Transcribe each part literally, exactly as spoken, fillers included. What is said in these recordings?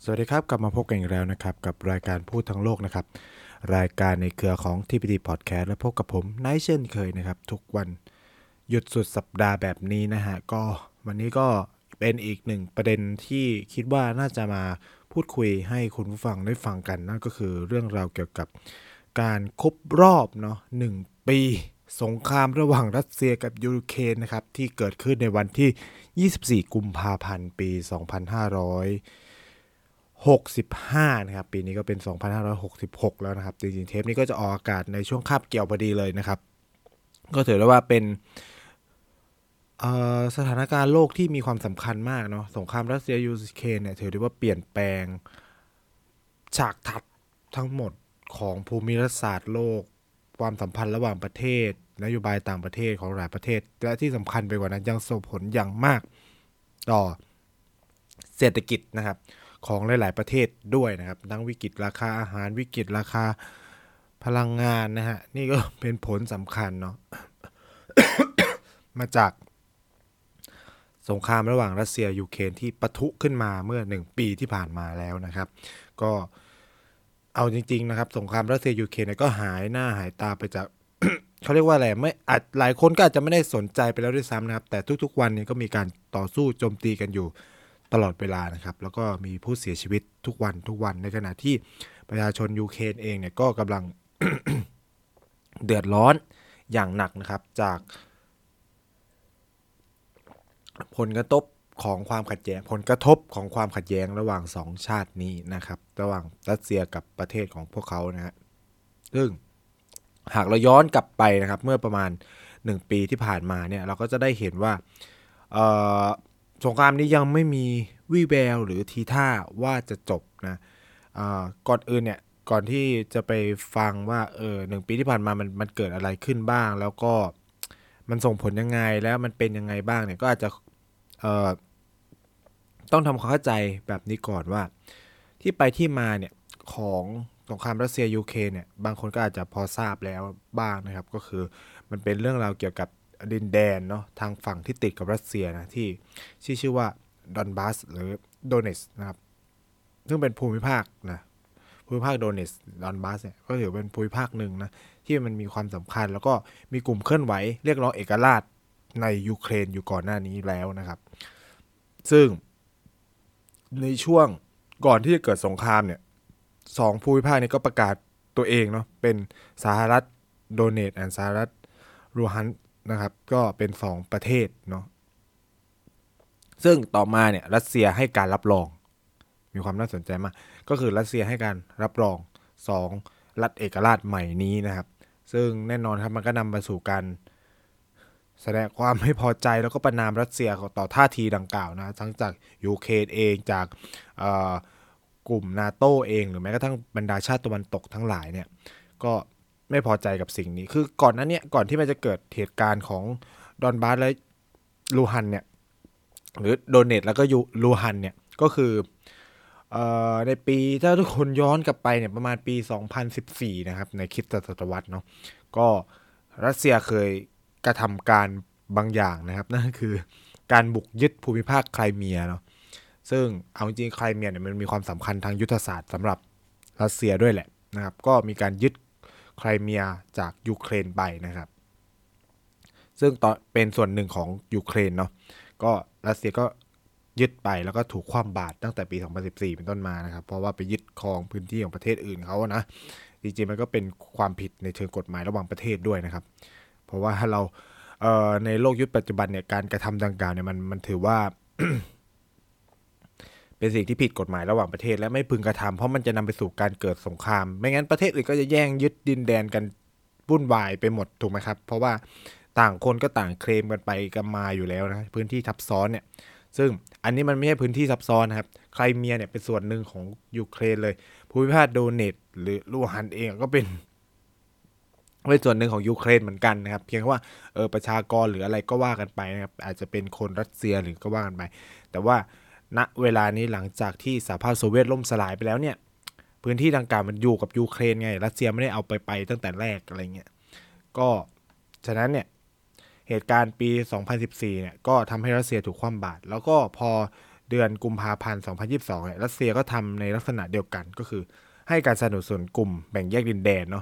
สวัสดีครับกลับมาพบกันอีกแล้วนะครับกับรายการพูดทั้งโลกนะครับรายการในเครือของ ที พี ที Podcast และพบกับผมไนท์เช่นเคยนะครับทุกวันหยุดสุดสัปดาห์แบบนี้นะฮะก็วันนี้ก็เป็นอีกหนึ่งประเด็นที่คิดว่าน่าจะมาพูดคุยให้คุณผู้ฟังได้ฟังกันนั่นก็คือเรื่องราวเกี่ยวกับการครบรอบเนาะหนึ่งปีสงครามระหว่างรัสเซียกับยูเครนนะครับที่เกิดขึ้นในวันที่ยี่สิบสี่กุมภาพันธ์ปีสองพันห้าร้อยหกสิบห้านะครับปีนี้ก็เป็นสองพันห้าร้อยหกสิบหกแล้วนะครับจริงๆเทปนี้ก็จะออกอากาศในช่วงคาบเกี่ยวพอดีเลยนะครับก็ถือได้ว่าเป็นสถานการณ์โลกที่มีความสำคัญมากเนาะสงครามรัสเซียยูเครนเนี่ยถือได้ว่าเปลี่ยนแปลงฉากทัศน์ทั้งหมดของภูมิรัฐศาสตร์โลกความสัมพันธ์ระหว่างประเทศนโยบายต่างประเทศของหลายประเทศและที่สำคัญไปกว่านั้นยังส่งผลอย่างมากต่อเศรษฐกิจนะครับของหลายๆประเทศด้วยนะครับทั้งวิกฤตราคาอาหารวิกฤตราคาพลังงานนะฮะนี่ก็เป็นผลสำคัญเนาะ มาจากสงครามระหว่างรัสเซียยูเครนที่ปะทุขึ้นมาเมื่อหนึ่งปีที่ผ่านมาแล้วนะครับก็เอาจริงๆนะครับสงครามรัสเซียยูเครนก็หายหน้าหายตาไปจาก เขาเรียกว่าอะไรไม่อาจหลายคนก็อาจจะไม่ได้สนใจไปแล้วด้วยซ้ำนะครับแต่ทุกๆวันนี้ก็มีการต่อสู้โจมตีกันอยู่ตลอดเวลานะครับแล้วก็มีผู้เสียชีวิตทุกวันทุกวันในขณะที่ประชาชนยูเครนเองเนี่ยก็กำลัง เดือดร้อนอย่างหนักนะครับจากผลกระทบของความขัดแย้งผลกระทบของความขัดแย้งระหว่างสองชาตินี้นะครับระหว่างรัสเซียกับประเทศของพวกเขานะฮะซึ่งหากเราย้อนกลับไปนะครับเมื่อประมาณหนึ่งปีที่ผ่านมาเนี่ยเราก็จะได้เห็นว่าสงครามนี้ยังไม่มีวี่แววหรือทีท่าว่าจะจบนะก่อนอื่นเนี่ยก่อนที่จะไปฟังว่าเออหนึ่งปีที่ผ่านมามันมันเกิดอะไรขึ้นบ้างแล้วก็มันส่งผลยังไงแล้วมันเป็นยังไงบ้างเนี่ยก็อาจจะเอ่อต้องทำความเข้าใจแบบนี้ก่อนว่าที่ไปที่มาเนี่ยของสงครามรัสเซียยูเครนเนี่ยบางคนก็อาจจะพอทราบแล้วบ้างนะครับก็คือมันเป็นเรื่องราวเกี่ยวกับดินแดนเนาะทางฝั่งที่ติดกับรัสเซียนะที่ชื่อชื่อว่าดอนบาสหรือโดเนสนะครับซึ่งเป็นภูมิภาคนะภูมิภาคโดเนสดอนบาสเนี่ยก็ถือเป็นภูมิภาคหนึ่งนะที่มันมีความสำคัญแล้วก็มีกลุ่มเคลื่อนไหวเรียกร้องเอกราชในยูเครนอยู่ก่อนหน้านี้แล้วนะครับซึ่งในช่วงก่อนที่จะเกิดสงครามเนี่ยสองภูมิภาคนี้ก็ประกาศตัวเองเนาะเป็นสหรัฐโดเนตและสหรัฐลูฮันนะครับก็เป็นสองประเทศเนาะซึ่งต่อมาเนี่ยรัสเซียให้การรับรองมีความน่าสนใจมากก็คือรัสเซียให้การรับรองสองรัฐเอกราชใหม่นี้นะครับซึ่งแน่นอนครับมันก็นำไปสู่การแสดงความไม่พอใจแล้วก็ประณามรัสเซียต่อท่าทีดังกล่าวนะทั้งจากยูเครนเองจากกลุ่มนาโต้เองหรือแม้กระทั่งบรรดาชาติตะวันตกทั้งหลายเนี่ยก็ไม่พอใจกับสิ่งนี้คือก่อนนั้นเนี่ยก่อนที่มันจะเกิดเหตุการณ์ของดอนบาสและลูฮันเนี่ยหรือโดเนตแล้วก็ลูฮันเนี่ยก็คือในปีถ้าทุกคนย้อนกลับไปเนี่ยประมาณปีสองพันสิบสี่นะครับในคริสตศตวรรษเนาะก็รัสเซียเคยกระทำการบางอย่างนะครับนั่นคือการบุกยึดภูมิภาคไครเมียเนาะซึ่งเอาจริงไครเมียเนี่ยมันมีความสำคัญทางยุทธศาสตร์สำหรับรัสเซียด้วยแหละนะครับก็มีการยึดไครเมียจากยูเครนไปนะครับซึ่งตอนเป็นส่วนหนึ่งของยูเครนเนาะก็รัสเซียก็ยึดไปแล้วก็ถูกคว่ำบาตรตั้งแต่ปีสองพันสิบสี่เป็นต้นมานะครับเพราะว่าไปยึดครองพื้นที่ของประเทศอื่นเขานะจริงๆมันก็เป็นความผิดในเชิงกฎหมายระหว่างประเทศด้วยนะครับเพราะว่าเราในโลกยุคปัจจุบันเนี่ยการกระทำดังกล่าวเนี่ยมันมันถือว่า เป็นสิ่งที่ผิดกฎหมายระหว่างประเทศและไม่พึงกระทำเพราะมันจะนำไปสู่การเกิดสงครามไม่งั้นประเทศอื่นก็จะแย่งยึดดินแดนกันวุ่นวายไปหมดถูกไหมครับเพราะว่าต่างคนก็ต่างเคลมกันไปกันมาอยู่แล้วนะพื้นที่ทับซ้อนเนี่ยซึ่งอันนี้มันไม่ใช่พื้นที่ซับซ้อนนะครับไครเมียเนี่ยเป็นส่วนหนึ่งของยูเครนเลยภูมิภาคโดเนตหรือลูฮันเองก็เป็นเป็นส่วนหนึ่งของยูเครนเหมือนกันนะครับเพียงแค่ว่าเออประชากรหรืออะไรก็ว่ากันไปนะครับอาจจะเป็นคนรัสเซียหรือก็ว่ากันไปแต่ว่าณเวลานี้หลังจากที่สหภาพโซเวียตล่มสลายไปแล้วเนี่ยพื้นที่ดังกล่าวมันอยู่กับยูเครนไงรัสเซียไม่ได้เอาไปไปตั้งแต่แรกอะไรเงี้ยก็ฉะนั้นเนี่ยเหตุการณ์ปีสองพันสิบสี่เนี่ยก็ทำให้รัสเซียถูกคว่ำบาตรแล้วก็พอเดือนกุมภาพันธ์สองพันยี่สิบสองเนี่ยรัสเซียก็ทำในลักษณะเดียวกันก็คือให้การสนับสนุนกลุ่มแบ่งแยกดินแดนเนาะ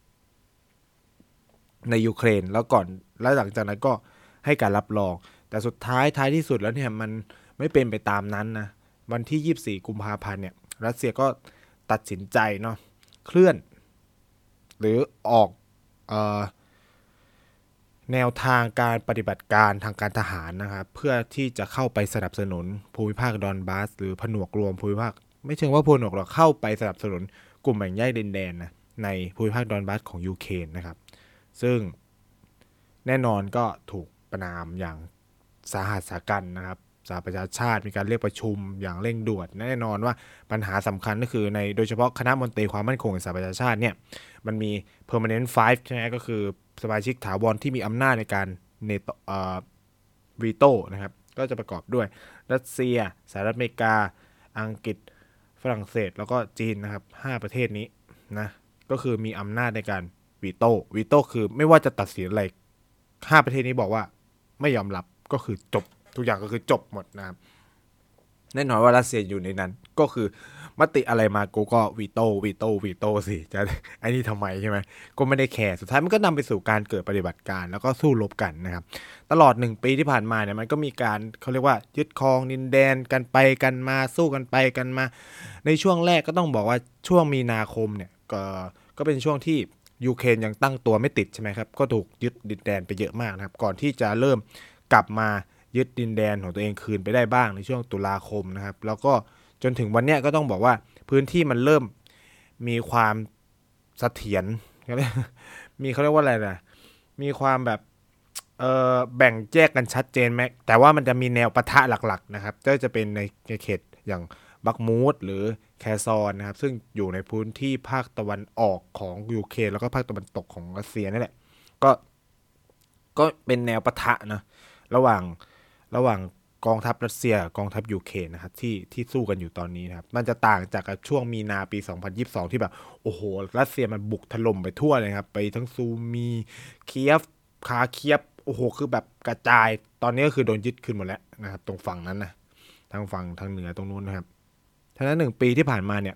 ในยูเครนแล้วก่อนแล้วหลังจากนั้นก็ให้การรับรองแต่สุดท้ายท้ายที่สุดแล้วเนี่ยมันไม่เป็นไปตามนั้นนะวันที่ยี่สิบสี่กุมภาพันธ์เนี่ยรัสเซียก็ตัดสินใจเนาะเคลื่อนหรือออกเอ่อแนวทางการปฏิบัติการทางการทหารนะครับเพื่อที่จะเข้าไปสนับสนุนภูมิภาคดอนบาสหรือผนวกรวมภูมิภาคไม่เชิงว่าผนวกหรอกเข้าไปสนับสนุนกลุ่มแบ่งแยกดินแดนนะในภูมิภาคดอนบาสของยูเครนนะครับซึ่งแน่นอนก็ถูกประณามอย่างสาหัสสากันนะครับสหประชาชาติมีการเรียกประชุมอย่างเร่งด่วนแน่นอนว่าปัญหาสำคัญก็คือในโดยเฉพาะคณะมนตรีความมั่นคงแห่งสหประชาชาติเนี่ยมันมี permanent five ใช่ไหมก็คือสมาชิกถาวรที่มีอำนาจในการเนโตเอ่อวีโต้นะครับก็จะประกอบด้วยรัสเซียสหรัฐอเมริกาอังกฤษฝรั่งเศสแล้วก็จีนนะครับห้าประเทศนี้นะก็คือมีอำนาจในการวีโต้วีโต้คือไม่ว่าจะตัดสินอะไรห้าประเทศนี้บอกว่าไม่ยอมรับก็คือจบทุกอย่างก็คือจบหมดนะครับแน่นอนว่ารัสเซียอยู่ในนั้นก็คือมติอะไรมากูก็วีโต้วีโต้วีโต้สิจะไอ้นี่ทำไมใช่ไหมก็ไม่ได้แคร์สุดท้ายมันก็นำไปสู่การเกิดปฏิบัติการแล้วก็สู้รบกันนะครับตลอดหนึ่งปีที่ผ่านมาเนี่ยมันก็มีการเขาเรียกว่ายึดครองดินแดนกันไปกันมาสู้กันไปกันมาในช่วงแรกก็ต้องบอกว่าช่วงมีนาคมเนี่ยก็ก็เป็นช่วงที่ยูเครนยังตั้งตัวไม่ติดใช่ไหมครับก็ถูกยึดดินแดนไปเยอะมากนะครับก่อนที่จะเริ่มกลับมายึดดินแดนของตัวเองคืนไปได้บ้างในช่วงตุลาคมนะครับแล้วก็จนถึงวันนี้ก็ต้องบอกว่าพื้นที่มันเริ่มมีความเสถียรมีเขาเรียกว่าอะไรนะมีความแบบเออแบ่งแยกกันชัดเจนไหมแต่ว่ามันจะมีแนวปะทะหลักๆนะครับก็จะเป็นในเขตอย่างบักมูดหรือแคซอนนะครับซึ่งอยู่ในพื้นที่ภาคตะวันออกของยูเครนแล้วก็ภาคตะวันตกของรัสเซียนี่แหละก็ก็เป็นแนวปะทะนะระหว่างระหว่างกองทัพรัสเซียกองทัพยูเครนนะครับที่ที่สู้กันอยู่ตอนนี้นะครับมันจะต่างจากช่วงมีนาปีสองพันยี่สิบสองที่แบบโอ้โหรัสเซียมันบุกถล่มไปทั่วเลยครับไปทั้งซูมีเคียฟคาเคียฟโอ้โหคือแบบกระจายตอนนี้ก็คือโดนยึดคืนหมดแล้วนะครับตรงฝั่งนั้นนะทางฝั่งทางเหนือตรงนู้นนะครับฉะนั้นหนึ่งปีที่ผ่านมาเนี่ย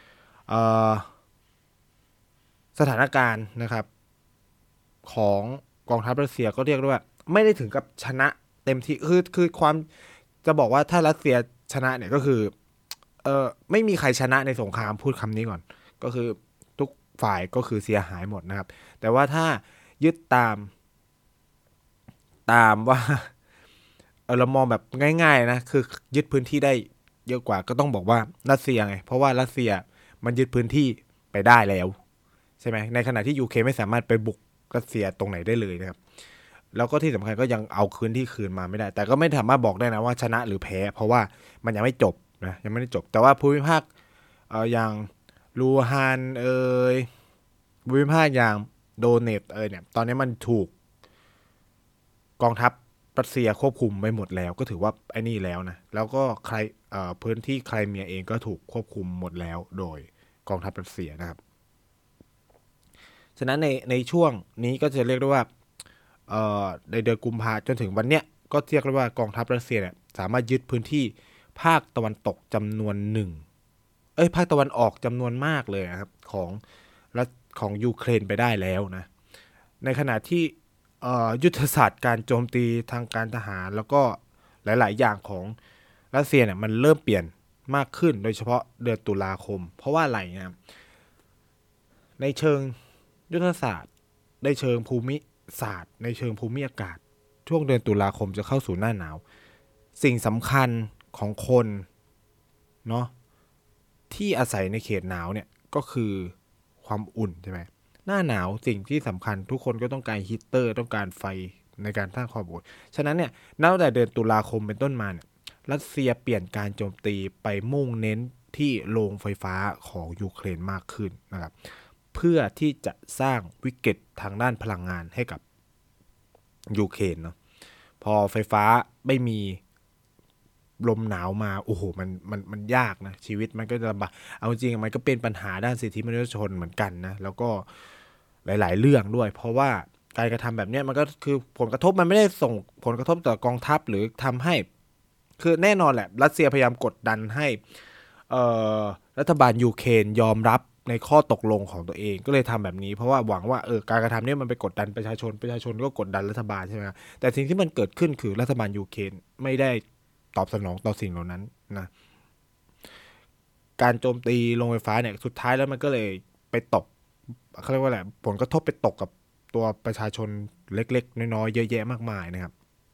สถานการณ์นะครับของกองทัพรัสเซียก็เรียกได้ว่าไม่ได้ถึงกับชนะเต็มที่คือคือความจะบอกว่าถ้ารัสเซียชนะเนี่ยก็คือเออไม่มีใครชนะในสงครามพูดคำนี้ก่อนก็คือทุกฝ่ายก็คือเสียหายหมดนะครับแต่ว่าถ้ายึดตามตามว่าเออเรามองแบบง่ายๆนะคือยึดพื้นที่ได้เยอะกว่าก็ต้องบอกว่ารัสเซียไงเพราะว่ารัสเซียมันยึดพื้นที่ไปได้แล้วใช่ไหมในขณะที่ยูเครนไม่สามารถไปบุกรัสเซียตรงไหนได้เลยนะครับแล้วก็ที่สำคัญก็ยังเอาคืนที่คืนมาไม่ได้แต่ก็ไม่สามารถบอกได้นะว่าชนะหรือแพ้เพราะว่ามันยังไม่จบนะยังไม่ได้จบแต่ว่าภูมิภาคเอ่ออย่างลูฮานเอ่ยภูมิภาคอย่างโดเนตเอ่ยเนี่ยตอนนี้มันถูกกองทัพรัสเซียควบคุมไปหมดแล้วก็ถือว่าไอ้นี่แล้วนะแล้วก็ใครเอ่อพื้นที่ไครเมียเองก็ถูกควบคุมหมดแล้วโดยกองทัพรัสเซียนะครับฉะนั้นในในช่วงนี้ก็จะเรียกได้ว่าในเดือนกุมภาจนถึงวันเนี้ยก็เรียกได้ว่ากองทัพรัสเซียเนี่ยสามารถยึดพื้นที่ภาคตะวันตกจำนวนหนึ่งเอ้ยภาคตะวันออกจำนวนมากเลยนะครับของรัฐของยูเครนไปได้แล้วนะในขณะที่ยุทธศาสตร์การโจมตีทางการทหารแล้วก็หลายๆอย่างของรัสเซียเนี่ยมันเริ่มเปลี่ยนมากขึ้นโดยเฉพาะเดือนตุลาคมเพราะว่าอะไรนะในเชิงยุทธศาสตร์ในเชิงภูมิศาสตร์ในเชิงภูมิอากาศช่วงเดือนตุลาคมจะเข้าสู่หน้าหนาวสิ่งสำคัญของคนเนาะที่อาศัยในเขตหนาวเนี่ยก็คือความอุ่นใช่ไหมหน้าหนาวสิ่งที่สำคัญทุกคนก็ต้องการฮีตเตอร์ต้องการไฟในการสร้างความอุ่นฉะนั้นเนี่ยนับแต่เดือนตุลาคมเป็นต้นมาเนี่ยรัสเซียเปลี่ยนการโจมตีไปมุ่งเน้นที่โรงไฟฟ้าของยูเครนมากขึ้นนะครับเพื่อที่จะสร้างวิกฤตทางด้านพลังงานให้กับยูเครนเนาะพอไฟฟ้าไม่มีลมหนาวมาโอ้โหมันมันมันยากนะชีวิตมันก็จะลำบากเอาจริงมันก็เป็นปัญหาด้านสิทธิมนุษยชนเหมือนกันนะแล้วก็หลายๆเรื่องด้วยเพราะว่าการกระทำแบบนี้มันก็คือผลกระทบมันไม่ได้ส่งผลกระทบต่อกองทัพหรือทำให้คือแน่นอนแหละรัสเซียพยายามกดดันให้รัฐบาลยูเครนยอมรับในข้อตกลงของตัวเองก็เลยทำแบบนี้เพราะว่าหวังว่าเออการกระทำนี้มันไปกดดันประชาชนประชาชนก็กดดันรัฐบาลใช่ไหมแต่สิ่งที่มันเกิดขึ้นคือรัฐบาลยูเครนไม่ได้ตอบสนองต่อสิ่งเหล่านั้นนะการโจมตีโรงไฟฟ้าเนี่ยสุดท้ายแล้วมันก็เลยไปตกเขาเรียกว่าอะไรผลกระทบไปตกกับตัวประชาชนเล็กๆน้อยๆเยอะแยะมากมายนะครับ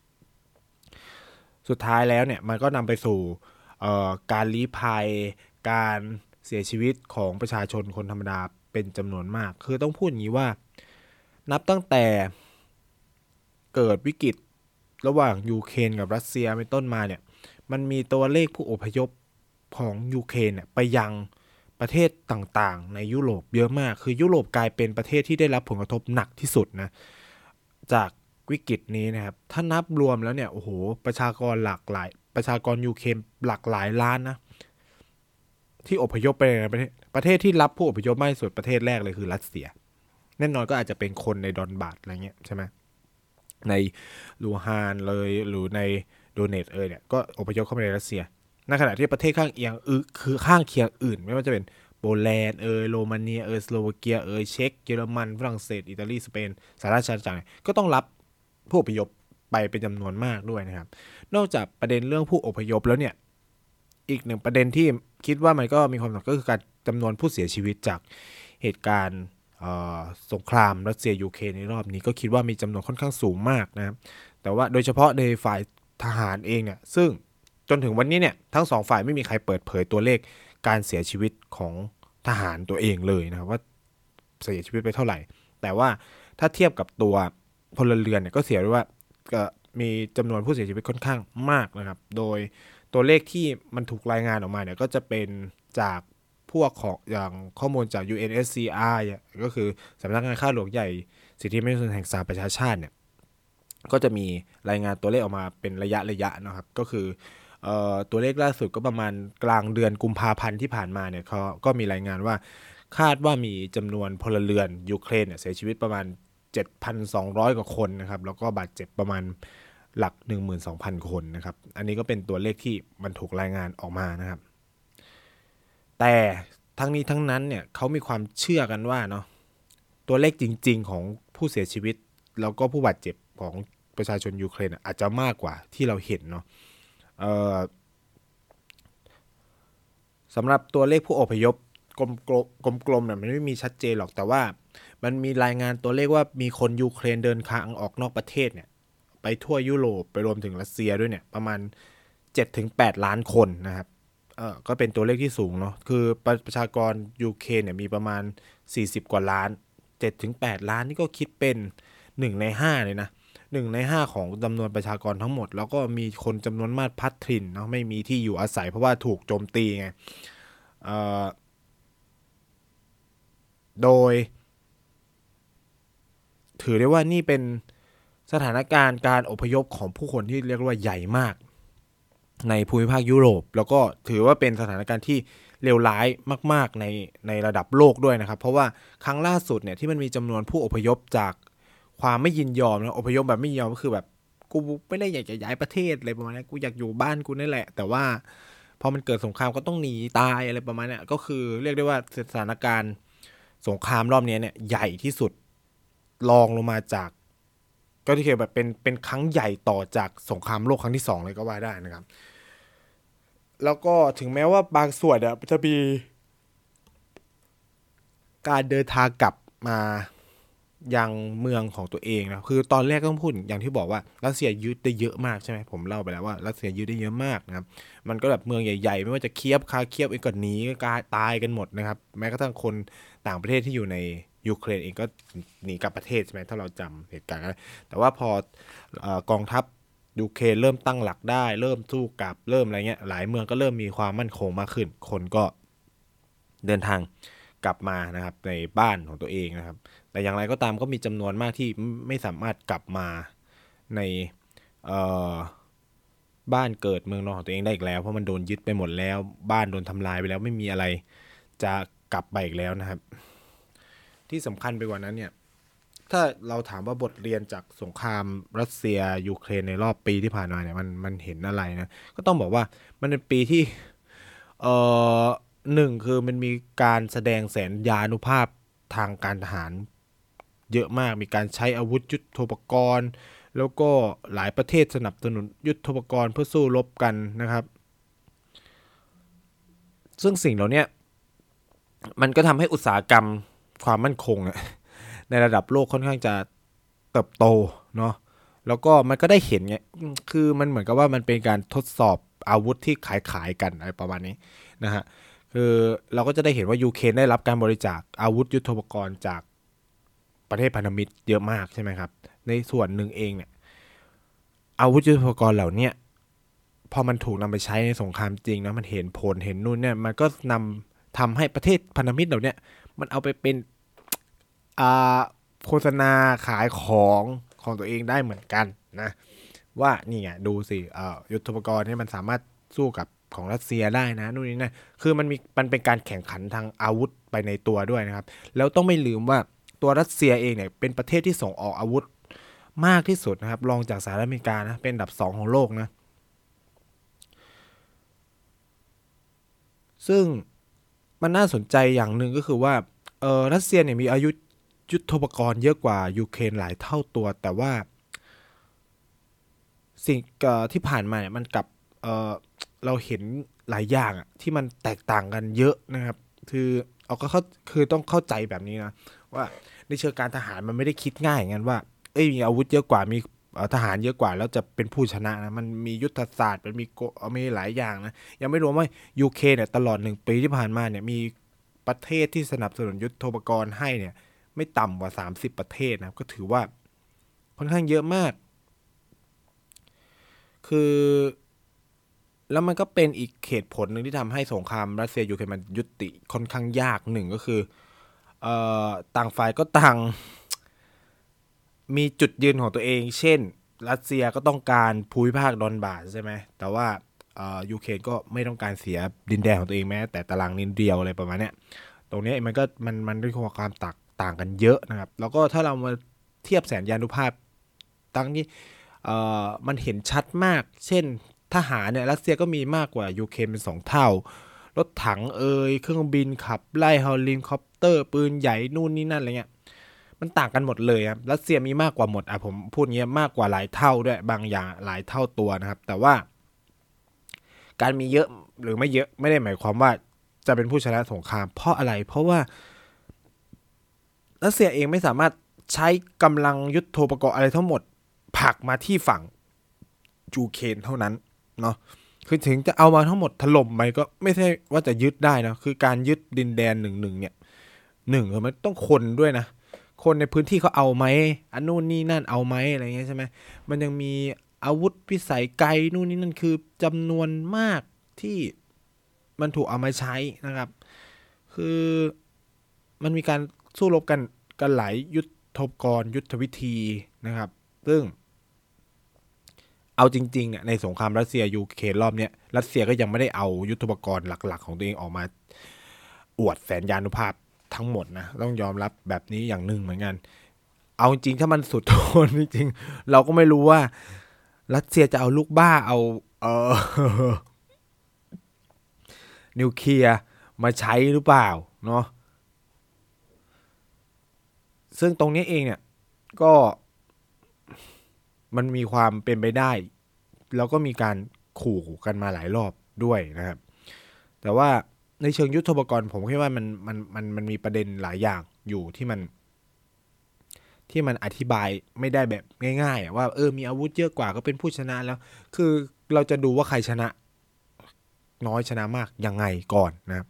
สุดท้ายแล้วเนี่ยมันก็นำไปสู่การลี้ภัยการเสียชีวิตของประชาชนคนธรรมดาเป็นจำนวนมากคือต้องพูดอย่างนี้ว่านับตั้งแต่เกิดวิกฤตระหว่างยูเครนกับรัสเซียเป็นต้นมาเนี่ยมันมีตัวเลขผู้อพยพของยูเครนเนี่ยไปยังประเทศต่างๆในยุโรปเยอะมากคือยุโรปกลายเป็นประเทศที่ได้รับผลกระทบหนักที่สุดนะจากวิกฤตนี้นะครับถ้านับรวมแล้วเนี่ยโอ้โหประชากรหลากหลายประชากรยูเครนหลากหลายล้านนะที่อพยพไปในประเทศประเทศที่รับผู้อพยพมากที่สุดประเทศแรกเลยคือรัสเซียแน่นอนก็อาจจะเป็นคนในดอนบาสอะไรเงี้ยใช่ไหมในลูฮานเลยหรือในโดเนตเออเนี่ยก็อพยพเข้ามาในรัสเซียในขณะที่ประเทศข้างเคียงคือข้างเคียงอื่นไม่ว่าจะเป็นโปแลนด์เออโรมาเนียเออสโลวาเกียเออเช็กเยอรมันฝรั่งเศสอิตาลีสเปนสหราชอาณาจักรก็ต้องรับผู้อพยพไปเป็นจำนวนมากด้วยนะครับนอกจากประเด็นเรื่องผู้อพยพแล้วเนี่ยอีกหนึ่งประเด็นที่คิดว่ามันก็มีความสำคัญก็คือการจำนวนผู้เสียชีวิตจากเหตุการณ์สงครามรัสเซียยูเครนในรอบนี้ก็คิดว่ามีจำนวนค่อนข้างสูงมากนะครับแต่ว่าโดยเฉพาะในฝ่ายทหารเองเนี่ยซึ่งจนถึงวันนี้เนี่ยทั้งสองฝ่ายไม่มีใครเปิดเผยตัวเลขการเสียชีวิตของทหารตัวเองเลยนะครับว่าเสียชีวิตไปเท่าไหร่แต่ว่าถ้าเทียบกับตัวพลเรือนเนี่ยก็เสียด้วยว่ามีจำนวนผู้เสียชีวิตค่อนข้างมากนะครับโดยตัวเลขที่มันถูกรายงานออกมาเนี่ยก็จะเป็นจากพวกของอย่างข้อมูลจาก ยู เอ็น เอส ซี อาร์ ก็คือสำนักงานข้าหลวงใหญ่สิทธิมนุษยชนแห่งสหประชาชาติเนี่ยก็จะมีรายงานตัวเลขออกมาเป็นระยะระยะนะครับก็คือเอ่อตัวเลขล่าสุดก็ประมาณกลางเดือนกุมภาพันธ์ที่ผ่านมาเนี่ยเขาก็มีรายงานว่าคาดว่ามีจำนวนพลเรือนยูเครนเนี่ยเสียชีวิตประมาณ เจ็ดพันสองร้อย กว่าคนนะครับแล้วก็บาดเจ็บประมาณหลัก หนึ่งหมื่นสองพัน คนนะครับอันนี้ก็เป็นตัวเลขที่มันถูกรายงานออกมานะครับแต่ทั้งนี้ทั้งนั้นเนี่ยเขามีความเชื่อกันว่าเนาะตัวเลขจริงๆของผู้เสียชีวิตแล้วก็ผู้บาดเจ็บของประชาชนยูเครนอาจจะมากกว่าที่เราเห็นเนาะสำหรับตัวเลขผู้อพยพกลมๆเนี่ยมันไม่มีชัดเจนหรอกแต่ว่ามันมีรายงานตัวเลขว่ามีคนยูเครนเดินทางออกนอกประเทศเนี่ยไปทั่วยุโรปไปรวมถึงรัสเซียด้วยเนี่ยประมาณ เจ็ดถึงแปด ล้านคนนะครับเออก็เป็นตัวเลขที่สูงเนาะคือประชากรยูเครนเนี่ยมีประมาณสี่สิบกว่าล้าน เจ็ดถึงแปด ล้านนี่ก็คิดเป็นหนึ่งในห้าเลยนะหนึ่งในห้าของจำนวนประชากรทั้งหมดแล้วก็มีคนจำนวนมากพัดถิ่นเนาะไม่มีที่อยู่อาศัยเพราะว่าถูกโจมตีไงเอ่อโดยถือได้ว่านี่เป็นสถานการณ์การอพยพของผู้คนที่เรียกว่าใหญ่มากในภูมิภาคยุโรปแล้วก็ถือว่าเป็นสถานการณ์ที่เลวร้ายมากๆในในระดับโลกด้วยนะครับเพราะว่าครั้งล่าสุดเนี่ยที่มันมีจำนวนผู้อพยพจากความไม่ยินยอมนะอพยพแบบไม่ยินยอมก็คือแบบกูไม่ได้อยากจะย้ายประเทศอะไรประมาณนี้กูอยากอยู่บ้านกูนี่แหละแต่ว่าพอมันเกิดสงครามก็ต้องหนีตายอะไรประมาณนี้ก็คือเรียกได้ว่าสถานการณ์สงครามรอบนี้เนี่ยใหญ่ที่สุดรองลงมาจากก็ที่เคยแบบเป็นเป็นครั้งใหญ่ต่อจากสงครามโลกครั้งที่สองเลยก็ว่าได้นะครับแล้วก็ถึงแม้ว่าบางส่วนจะมีการเดินทางกลับมายังเมืองของตัวเองนะคือตอนแรกต้องพูดอย่างที่บอกว่ารัสเซียยึดได้เยอะมากใช่ไหมผมเล่าไปแล้วว่ารัสเซียยึดได้เยอะมากนะครับมันก็แบบเมืองใหญ่ๆไม่ว่าจะเคียฟคาเคียฟเองก็หนีก็ตายกันหมดนะครับแม้กระทั่งคนต่างประเทศที่อยู่ในยูเครนเองก็หนีกลับประเทศใช่ไหมถ้าเราจำเหตุการณ์กันแต่ว่าพอกองทัพยูเครนเริ่มตั้งหลักได้เริ่มสู้กลับเริ่มอะไรเงี้ยหลายเมืองก็เริ่มมีความมั่นคงมากขึ้นคนก็เดินทางกลับมานะครับในบ้านของตัวเองนะครับแต่อย่างไรก็ตามก็มีจำนวนมากที่ไม่สามารถกลับมาในบ้านเกิดเมืองนอนของตัวเองได้อีกแล้วเพราะมันโดนยึดไปหมดแล้วบ้านโดนทำลายไปแล้วไม่มีอะไรจะกลับไปอีกแล้วนะครับที่สำคัญไปกว่านั้นเนี่ยถ้าเราถามว่าบทเรียนจากสงครามรัสเซียยูเครนในรอบปีที่ผ่านมาเนี่ยมันมันเห็นอะไรนะก็ต้องบอกว่ามันเป็นปีที่เอ่อหนึ่งคือมันมีการแสดงแสนยานุภาพทางการทหารเยอะมากมีการใช้อาวุธยุทโธปกรณ์แล้วก็หลายประเทศสนับสนุนยุทโธปกรณ์เพื่อสู้รบกันนะครับซึ่งสิ่งเหล่านี้มันก็ทำให้อุตสาหกรรมความมั่นคงในระดับโลกค่อนข้างจะเติบโตเนาะแล้วก็มันก็ได้เห็นไงคือมันเหมือนกับว่ามันเป็นการทดสอบอาวุธที่ขายขายกันอะไรประมาณนี้นะฮะคือเราก็จะได้เห็นว่ายูเครนได้รับการบริจาคอาวุธยุทโธปกรณ์จากประเทศพันธมิตรเยอะมากใช่ไหมครับในส่วนหนึ่งเองเนี่ยอาวุธยุทโธปกรณ์เหล่านี้พอมันถูกนำไปใช้ในสงครามจริงนะมันเห็นผลเห็นนู่นเนี่ยมันก็นำทำให้ประเทศพันธมิตรเหล่านี้มันเอาไปเป็นอ่าโฆษณาขายของของตัวเองได้เหมือนกันนะว่านี่ไงดูสิยุทโธปกรณ์นี่มันสามารถสู้กับของรัสเซียได้นะนู่นนี่นะคือมันมีมันเป็นการแข่งขันทางอาวุธไปในตัวด้วยนะครับแล้วต้องไม่ลืมว่าตัวรัสเซียเองเนี่ยเป็นประเทศที่ส่งออกอาวุธมากที่สุดนะครับรองจากสหรัฐอเมริกานะเป็นอันดับสองของโลกนะซึ่งมันน่าสนใจอย่างหนึ่งก็คือว่าเออรัสเซียเนี่ยมีอายุยุทโธปกรณ์เยอะกว่ายูเครนหลายเท่าตัวแต่ว่าสิ่งที่ผ่านมาเนี่ยมันกับเออเราเห็นหลายอย่างอะที่มันแตกต่างกันเยอะนะครับคือเอาก็เข้าคือต้องเข้าใจแบบนี้นะว่าในเชิงการทหารมันไม่ได้คิดง่ายอย่างนั้นว่าเอ้ยมีอาวุธเยอะกว่ามีทหารเยอะกว่าแล้วจะเป็นผู้ชนะนะมันมียุทธศาสตร์มันมีมีหลายอย่างนะยังไม่รวมว่ายูเครนเนี่ยตลอดหนึ่งปีที่ผ่านมาเนี่ยมีประเทศที่สนับสนุนยุทโธปกรณ์ให้เนี่ยไม่ต่ำกว่าสามสิบประเทศนะก็ถือว่าค่อนข้างเยอะมากคือแล้วมันก็เป็นอีกเหตุผลหนึ่งที่ทำให้สงครามรัสเซียยูเครนมันยุติค่อนข้างยากหนึ่งก็คือเอ่อต่างฝ่ายก็ต่างมีจุดยืนของตัวเองเช่นรัสเซียก็ต้องการภูมิภาคดอนบาสใช่ไหมแต่ว่ายูเครนก็ไม่ต้องการเสียดินแดนของตัวเองแม้แต่ตารางนิ้วเดียวอะไรประมาณนี้ตรงนี้มันก็มันมันด้วยความต่างต่างกันเยอะนะครับแล้วก็ถ้าเรามาเทียบแสนยานุภาพตั้งที่มันเห็นชัดมากเช่นทหารเนี่ยรัสเซียก็มีมากกว่ายูเครนเป็นสองเท่ารถถังเอ่ยเครื่องบินขับไล่เฮลิคอปเตอร์ปืนใหญ่นู่นนี่นั่นอะไรเงี้ยมันต่างกันหมดเลยครับรัสเซียมีมากกว่าหมดอ่ะผมพูดเงี้ยมากกว่าหลายเท่าด้วยบางอย่างหลายเท่าตัวนะครับแต่ว่าการมีเยอะหรือไม่เยอะไม่ได้หมายความว่าจะเป็นผู้ชนะสงครามเพราะอะไรเพราะว่ารัสเซียเองไม่สามารถใช้กำลังยุทโธปกรณ์อะไรทั้งหมดผลักมาที่ฝั่งยูเครนเท่านั้นเนาะคือถึงจะเอามาทั้งหมดถล่มไปก็ไม่ใช่ว่าจะยึดได้นะคือการยึดดินแดนหนึ่งหนึ่งเนี่ยหนึ่งคือมันต้องคนด้วยนะคนในพื้นที่เขาเอาไหมอันนู่นนี่นั่นเอาไหมอะไรเงี้ยใช่ไหมมันยังมีอาวุธพิสัยไกลนู่นนี่นั่นคือจำนวนมากที่มันถูกเอามาใช้นะครับคือมันมีการสู้รบกันกันหลายยุทธปกรณ์ยุทธวิธีนะครับซึ่งเอาจริงๆเนี่ยในสงครามรัสเซียยูเครนรอบนี้รัสเซียก็ยังไม่ได้เอายุทธปกรณ์หลักๆของตัวเองออกมาอวดแสนยานุภาพทั้งหมดนะต้องยอมรับแบบนี้อย่างหนึ่งเหมือนกันเอาจริงถ้ามันสุดโทนจริงๆเราก็ไม่รู้ว่ารัสเซียจะเอาลูกบ้าเอาเออนิวเคลียร์มาใช้หรือเปล่าเนาะซึ่งตรงนี้เองเนี่ยก็มันมีความเป็นไปได้แล้วก็มีการขู่กันมาหลายรอบด้วยนะครับแต่ว่าในเชิงยุทโธปกรณ์ผมคิดว่ามันมันมันมันมีประเด็นหลายอย่างอยู่ที่มันที่มันอธิบายไม่ได้แบบง่ายๆว่าเออมีอาวุธเยอะกว่าก็เป็นผู้ชนะแล้วคือเราจะดูว่าใครชนะน้อยชนะมากยังไงก่อนนะครับ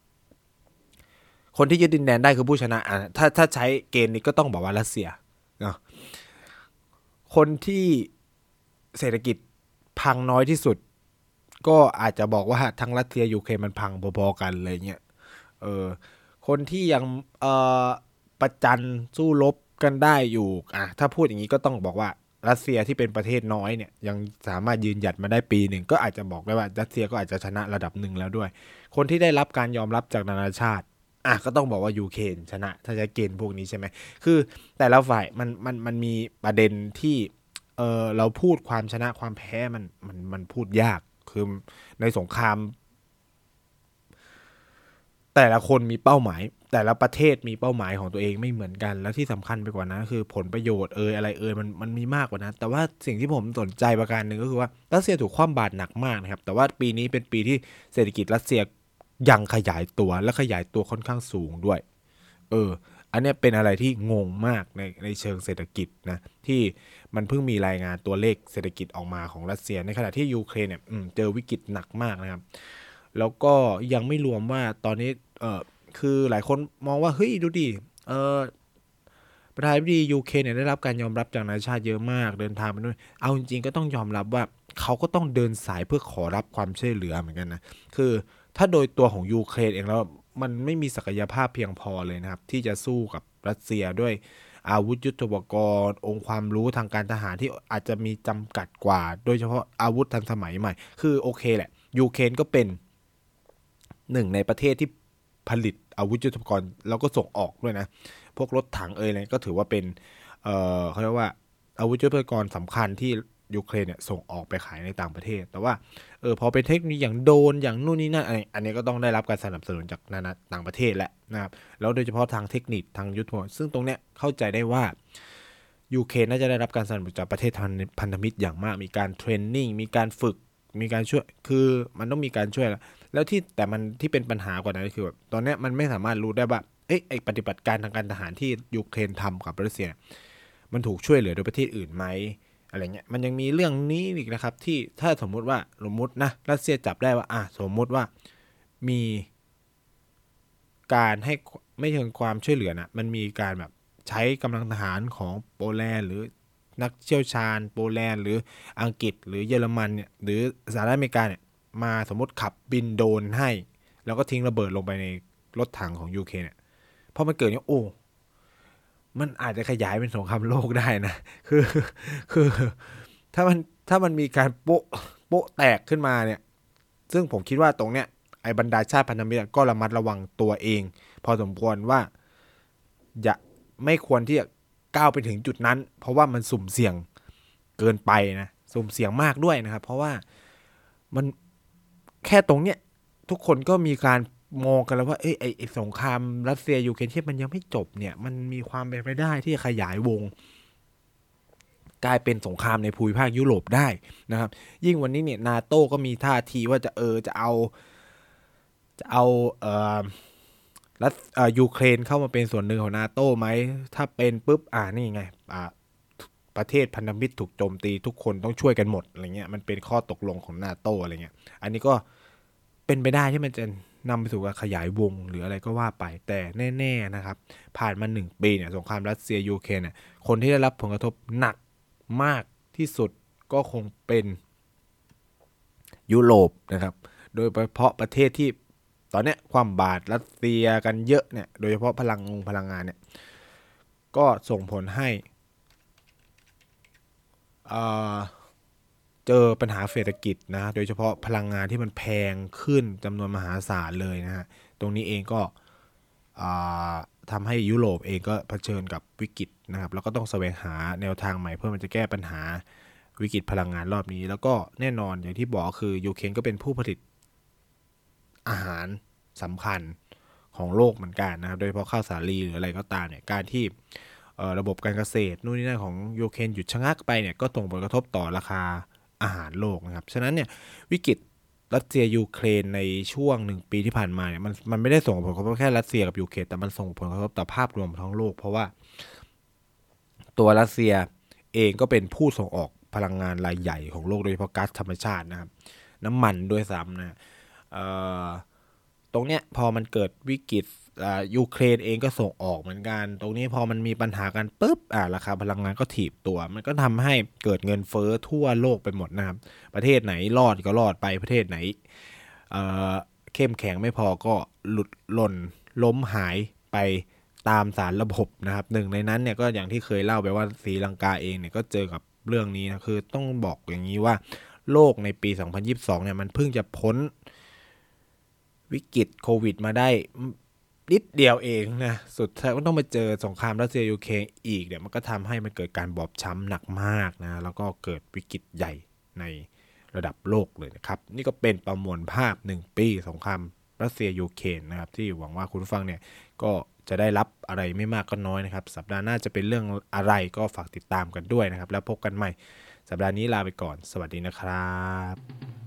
คนที่ยึดดินแดนได้คือผู้ชนะอ่ะถ้าถ้าใช้เกณฑ์นี้ก็ต้องบอกว่ารัสเซียเนาะคนที่เศรษฐกิจพังน้อยที่สุดก็อาจจะบอกว่าทั้งรัสเซียยูเครนมันพังพอๆกันเลยเงี้ยเออคนที่ยังเอ่อประจันสู้รบกันได้อยู่อ่ะถ้าพูดอย่างนี้ก็ต้องบอกว่ารัสเซียที่เป็นประเทศน้อยเนี่ยยังสามารถยืนหยัดมาได้ปีหนึ่งก็อาจจะบอกได้ว่ารัสเซียก็อาจจะชนะระดับหนึ่งแล้วด้วยคนที่ได้รับการยอมรับจากนานาชาติอ่ะก็ต้องบอกว่ายูเครนชนะถ้าจะเกณฑ์พวกนี้ใช่ไหมคือแต่ละฝ่ายมันมันมันมีประเด็นที่เออเราพูดความชนะความแพ้มันมันมันพูดยากคือในสงครามแต่ละคนมีเป้าหมายแต่ละประเทศมีเป้าหมายของตัวเองไม่เหมือนกันแล้วที่สำคัญไปกว่านั้นคือผลประโยชน์เอยอะไรเอยมันมันมีมากกว่านั้นแต่ว่าสิ่งที่ผมสนใจประการหนึ่งก็คือว่ารัสเซียถูกคว่ำบาตรหนักมากนะครับแต่ว่าปีนี้เป็นปีที่เศรษฐกิจรัสเซียยังขยายตัวและขยายตัวค่อนข้างสูงด้วย เออ อันนี้เป็นอะไรที่งงมากในในเชิงเศรษฐกิจนะที่มันเพิ่งมีรายงานตัวเลขเศรษฐกิจออกมาของรัสเซียในขณะที่ยูเครนเนี่ยเจอวิกฤตหนักมากนะครับแล้วก็ยังไม่รวมว่าตอนนี้เออคือหลายคนมองว่าเฮ้ยดูดิเออประธานาธิบดียูเครนเนี่ยได้รับการยอมรับจากนานาชาติเยอะมากเดินทางไปด้วยเอาจริงๆก็ต้องยอมรับว่าเขาก็ต้องเดินสายเพื่อขอรับความช่วยเหลือเหมือนกันนะคือถ้าโดยตัวของยูเครนเองแล้วมันไม่มีศักยภาพเพียงพอเลยนะครับที่จะสู้กับรัสเซียด้วยอาวุธยุทโธปกรณ์องค์ความรู้ทางการทหารที่อาจจะมีจำกัดกว่าโดยเฉพาะอาวุธทันสมัยใหม่คือโอเคแหละยูเครนก็เป็นหนึ่งในประเทศที่ผลิตอาวุธยุทโธปกรณ์แล้วก็ส่งออกด้วยนะพวกรถถังเอ่ยอะไรก็ถือว่าเป็นเอ่อเขาเรียกว่าอาวุธยุทโธปกรณ์สำคัญที่ยูเครนเนี่ยส่งออกไปขายในต่างประเทศแต่ว่าเออพอเป็นเทคโนโลยีอย่างโดรนอย่างนู่นนี่นั่นอะไรอันนี้ก็ต้องได้รับการสนับสนุนจากนานาต่างประเทศแหละนะครับแล้วโดยเฉพาะทางเทคนิคทางยุทโธปกรณ์ซึ่งตรงเนี้ยเข้าใจได้ว่ายูเครนน่าจะได้รับการสนับสนุนจากประเทศพันธมิตรอย่างมากมีการเทรนนิ่งมีการฝึกมีการช่วยคือมันต้องมีการช่วยแล้วที่แต่มันที่เป็นปัญหากว่านั้นก็คือแบบตอนนี้มันไม่สามารถรู้ได้ว่าเอ๊ะไอปฏิบัติการทางการทหารที่ยูเครนทำกับรัสเซียมันถูกช่วยเหลือโดยประเทศอื่นไหมอะไรเงี้ยมันยังมีเรื่องนี้อีกนะครับที่ถ้าสมมุติว่าสมมตินะรัสเซียจับได้ว่าอ่ะสมมติว่ามีการให้ไม่เชิงความช่วยเหลือนะมันมีการแบบใช้กำลังทหารของโปแลนด์หรือนักเชี่ยวชาญโปแลนด์หรืออังกฤษหรือเยอรมันเนี่ยหรือสหรัฐอเมริกาเนี่ยมาสมมติขับบินโดรนให้แล้วก็ทิ้งระเบิดลงไปในรถถังของยูเครนเนี่ยพอมันเกิดเนี่ยโอ้มันอาจจะขยายเป็นสงครามโลกได้นะคือคือถ้ามันถ้ามันมีการโป๊ะโป๊ะแตกขึ้นมาเนี่ยซึ่งผมคิดว่าตรงเนี้ยไอ้บรรดาชาติพันธมิตรก็ระมัดระวังตัวเองพอสมควรว่าอย่าไม่ควรที่จะก้าวไปถึงจุดนั้นเพราะว่ามันสุ่มเสี่ยงเกินไปนะสุ่มเสี่ยงมากด้วยนะครับเพราะว่ามันแค่ตรงเนี้ยทุกคนก็มีการมองกันแล้วว่าเอ้ยไอ้สงครามรัสเซียยูเครนที่มันยังไม่จบเนี่ยมันมีความเป็นไปได้ที่จะขยายวงกลายเป็นสงครามในภูมิภาคยุโรปได้นะครับยิ่งวันนี้เนี่ยนาโต้ก็มีท่าทีว่าจะเออจะเอาจะเอาเอ่อรัสเอ่อยูเครนเข้ามาเป็นส่วนหนึ่งของนาโต้ไหมถ้าเป็นปุ๊บอ่านี่ไงอ่าประเทศพันธมิตรถูกโจมตีทุกคนต้องช่วยกันหมดอะไรเงี้ยมันเป็นข้อตกลงของนาโต้อะไรเงี้ยอันนี้ก็เป็นไปได้ที่มันจะนำไปสู่การขยายวงหรืออะไรก็ว่าไปแต่แน่ๆนะครับผ่านมาหนึ่งปีเนี่ยสงครามรัสเซียยูเครนเนี่ยคนที่ได้รับผลกระทบหนักมากที่สุดก็คงเป็นยุโรปนะครับโดยเฉพาะประเทศที่ตอนนี้ความบาดรัสเซียกันเยอะเนี่ยโดยเฉพาะพลังงงพลังงานเนี่ยก็ส่งผลให้เจอปัญหาเศรษฐกิจนะโดยเฉพาะพลังงานที่มันแพงขึ้นจำนวนมหาศาลเลยนะฮะตรงนี้เองก็ทำให้ยุโรปเองก็เผชิญกับวิกฤตนะครับแล้วก็ต้องแสวงหาแนวทางใหม่เพื่อมันจะแก้ปัญหาวิกฤตพลังงานรอบนี้แล้วก็แน่นอนอย่างที่บอกคือยูเครนก็เป็นผู้ผลิตอาหารสำคัญของโลกเหมือนกันนะครับโดยเฉพาะข้าวสาลีหรืออะไรก็ตามเนี่ยการที่ระบบการเกษตรนู่นนี่นั่นของยูเครนหยุดชะงักไปเนี่ยก็ส่งผลกระทบต่อราคาอาหารโลกนะครับฉะนั้นเนี่ยวิกฤตรัสเซียยูเครนในช่วงหนึ่งปีที่ผ่านมาเนี่ยมันมันไม่ได้ส่งผลกระทบแค่รัสเซียกับยูเครนแต่มันส่งผลกระทบต่อภาพรวมทั้งโลกเพราะว่าตัวรัสเซียเองก็เป็นผู้ส่งออกพลังงานรายใหญ่ของโลกโดยเฉพาะก๊าซธรรมชาตินะครับน้ำมันด้วยซ้ำนะตรงเนี้ยพอมันเกิดวิกฤตยูเครนเองก็ส่งออกเหมือนกันตรงนี้พอมันมีปัญหากันปุ๊บอ่าราคาพลังงานก็ถีบตัวมันก็ทำให้เกิดเงินเฟ้อทั่วโลกไปหมดนะครับประเทศไหนรอดก็รอดไปประเทศไหนเอ่อเข้มแข็งไม่พอก็หลุดหล่นล้มหายไปตามสารระบบนะครับหนึ่งในนั้นเนี่ยก็อย่างที่เคยเล่าไปว่าศรีลังกาเองเนี่ยก็เจอกับเรื่องนี้นะคือต้องบอกอย่างนี้ว่าโลกในปีสองพันยี่สิบสองเนี่ยมันเพิ่งจะพ้นวิกฤตโควิดมาได้นิดเดียวเองนะสุดท้ายก็ต้องมาเจอสงครามรัสเซียยูเครนอีกเนี่ยมันก็ทำให้มันเกิดการบอบช้ำหนักมากนะแล้วก็เกิดวิกฤตใหญ่ในระดับโลกเลยนะครับนี่ก็เป็นประมวลภาพหนึ่งปีสงครามรัสเซียยูเครนนะครับที่หวังว่าคุณผู้ฟังเนี่ยก็จะได้รับอะไรไม่มากก็น้อยนะครับสัปดาห์หน้าจะเป็นเรื่องอะไรก็ฝากติดตามกันด้วยนะครับแล้วพบกันใหม่สัปดาห์นี้ลาไปก่อนสวัสดีนะครับ